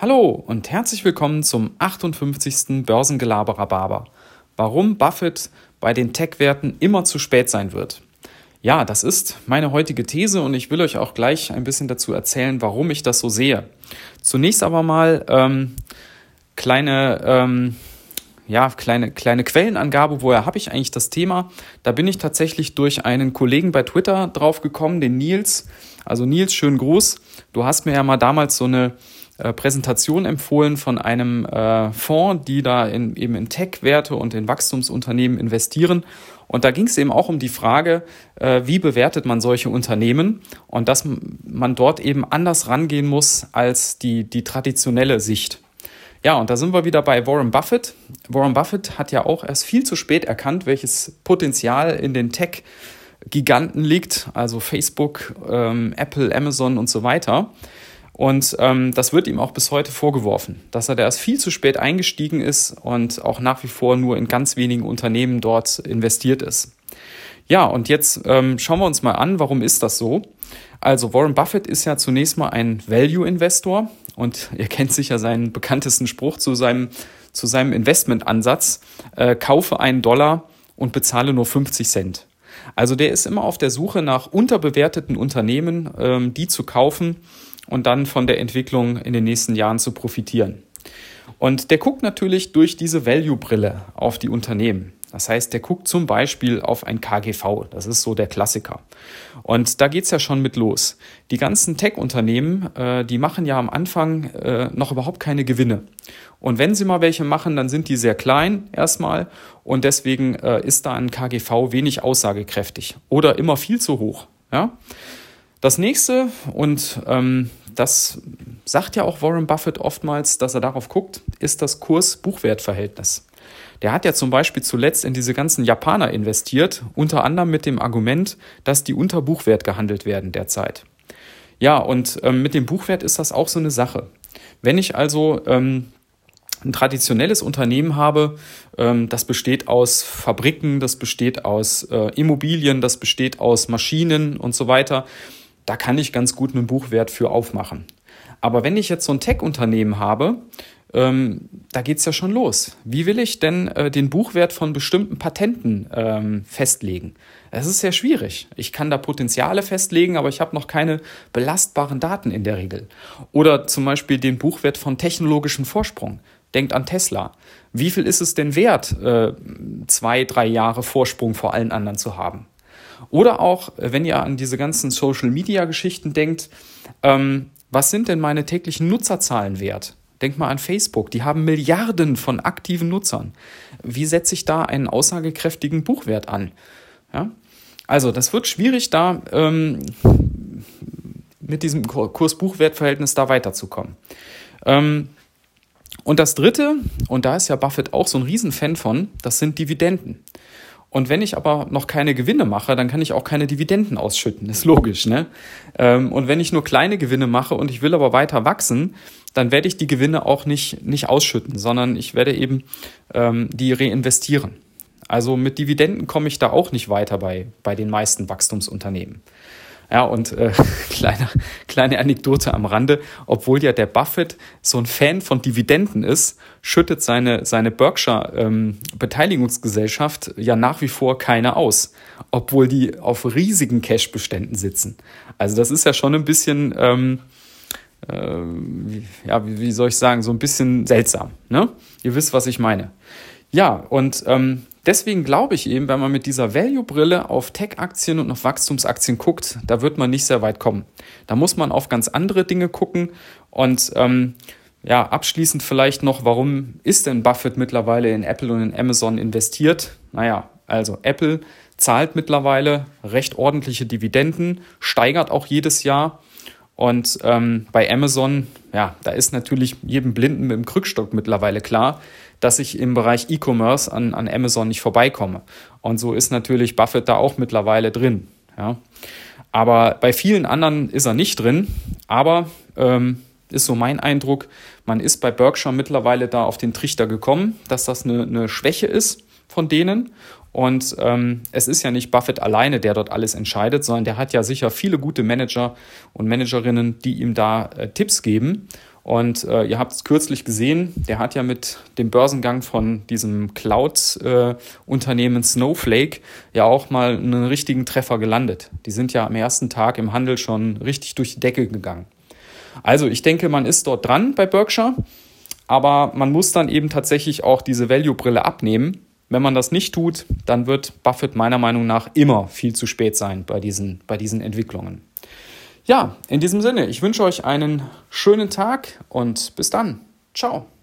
Hallo und herzlich willkommen zum 58. Börsengelaber-Rhabarber. Warum Buffett bei den Tech-Werten immer zu spät sein wird. Ja, das ist meine heutige These und ich will euch auch gleich ein bisschen dazu erzählen, warum ich das so sehe. Zunächst aber mal kleine Quellenangabe, woher habe ich eigentlich das Thema? Da bin ich tatsächlich durch einen Kollegen bei Twitter drauf gekommen, den Nils. Also Nils, schönen Gruß. Du hast mir ja mal damals so eine Präsentation empfohlen von einem Fonds, die da eben in Tech-Werte und in Wachstumsunternehmen investieren. Und da ging es eben auch um die Frage, wie bewertet man solche Unternehmen und dass man dort eben anders rangehen muss als die traditionelle Sicht. Ja, und da sind wir wieder bei Warren Buffett. Warren Buffett hat ja auch erst viel zu spät erkannt, welches Potenzial in den Tech-Giganten liegt, also Facebook, Apple, Amazon und so weiter. Und das wird ihm auch bis heute vorgeworfen, dass er da erst viel zu spät eingestiegen ist und auch nach wie vor nur in ganz wenigen Unternehmen dort investiert ist. Ja, und jetzt schauen wir uns mal an, warum ist das so? Also Warren Buffett ist ja zunächst mal ein Value-Investor und ihr kennt sicher seinen bekanntesten Spruch zu seinem Investmentansatz, kaufe $1 und bezahle nur 50 Cent. Also der ist immer auf der Suche nach unterbewerteten Unternehmen, die zu kaufen und dann von der Entwicklung in den nächsten Jahren zu profitieren. Und der guckt natürlich durch diese Value-Brille auf die Unternehmen. Das heißt, der guckt zum Beispiel auf ein KGV. Das ist so der Klassiker. Und da geht's ja schon mit los. Die ganzen Tech-Unternehmen, die machen ja am Anfang noch überhaupt keine Gewinne. Und wenn sie mal welche machen, dann sind die sehr klein erstmal. Und deswegen ist da ein KGV wenig aussagekräftig oder immer viel zu hoch. Ja? Das nächste, und das sagt ja auch Warren Buffett oftmals, dass er darauf guckt, ist das Kurs-Buchwert-Verhältnis. Der hat ja zum Beispiel zuletzt in diese ganzen Japaner investiert, unter anderem mit dem Argument, dass die unter Buchwert gehandelt werden derzeit. Ja, und mit dem Buchwert ist das auch so eine Sache. Wenn ich also ein traditionelles Unternehmen habe, das besteht aus Fabriken, das besteht aus Immobilien, das besteht aus Maschinen und so weiter, da kann ich ganz gut einen Buchwert für aufmachen. Aber wenn ich jetzt so ein Tech-Unternehmen habe, da geht's ja schon los. Wie will ich denn den Buchwert von bestimmten Patenten festlegen? Das ist sehr schwierig. Ich kann da Potenziale festlegen, aber ich habe noch keine belastbaren Daten in der Regel. Oder zum Beispiel den Buchwert von technologischem Vorsprung. Denkt an Tesla. Wie viel ist es denn wert, 2-3 Jahre Vorsprung vor allen anderen zu haben? Oder auch, wenn ihr an diese ganzen Social-Media-Geschichten denkt, was sind denn meine täglichen Nutzerzahlen wert? Denkt mal an Facebook, die haben Milliarden von aktiven Nutzern. Wie setze ich da einen aussagekräftigen Buchwert an? Ja? Also das wird schwierig, da mit diesem Kurs-Buchwert-Verhältnis da weiterzukommen. Und das Dritte, und da ist ja Buffett auch so ein Riesenfan von, das sind Dividenden. Und wenn ich aber noch keine Gewinne mache, dann kann ich auch keine Dividenden ausschütten. Ist logisch, ne? Und wenn ich nur kleine Gewinne mache und ich will aber weiter wachsen, dann werde ich die Gewinne auch nicht ausschütten, sondern ich werde eben die reinvestieren. Also mit Dividenden komme ich da auch nicht weiter bei den meisten Wachstumsunternehmen. Ja, und kleine Anekdote am Rande, obwohl ja der Buffett so ein Fan von Dividenden ist, schüttet seine Berkshire Beteiligungsgesellschaft ja nach wie vor keine aus, obwohl die auf riesigen Cash-Beständen sitzen. Also das ist ja schon ein bisschen, wie soll ich sagen, so ein bisschen seltsam, ne? Ihr wisst, was ich meine. Ja, und deswegen glaube ich eben, wenn man mit dieser Value-Brille auf Tech-Aktien und auf Wachstumsaktien guckt, da wird man nicht sehr weit kommen. Da muss man auf ganz andere Dinge gucken. Und abschließend vielleicht noch, warum ist denn Buffett mittlerweile in Apple und in Amazon investiert? Naja, also Apple zahlt mittlerweile recht ordentliche Dividenden, steigert auch jedes Jahr. Und bei Amazon, ja, da ist natürlich jedem Blinden mit dem Krückstock mittlerweile klar, dass ich im Bereich E-Commerce an Amazon nicht vorbeikomme. Und so ist natürlich Buffett da auch mittlerweile drin. Ja. Aber bei vielen anderen ist er nicht drin. Aber ist so mein Eindruck, man ist bei Berkshire mittlerweile da auf den Trichter gekommen, dass das eine Schwäche ist von denen. Und es ist ja nicht Buffett alleine, der dort alles entscheidet, sondern der hat ja sicher viele gute Manager und Managerinnen, die ihm da Tipps geben. Und ihr habt es kürzlich gesehen, der hat ja mit dem Börsengang von diesem Cloud-Unternehmen Snowflake ja auch mal einen richtigen Treffer gelandet. Die sind ja am ersten Tag im Handel schon richtig durch die Decke gegangen. Also ich denke, man ist dort dran bei Berkshire, aber man muss dann eben tatsächlich auch diese Value-Brille abnehmen. Wenn man das nicht tut, dann wird Buffett meiner Meinung nach immer viel zu spät sein bei diesen Entwicklungen. Ja, in diesem Sinne, ich wünsche euch einen schönen Tag und bis dann. Ciao.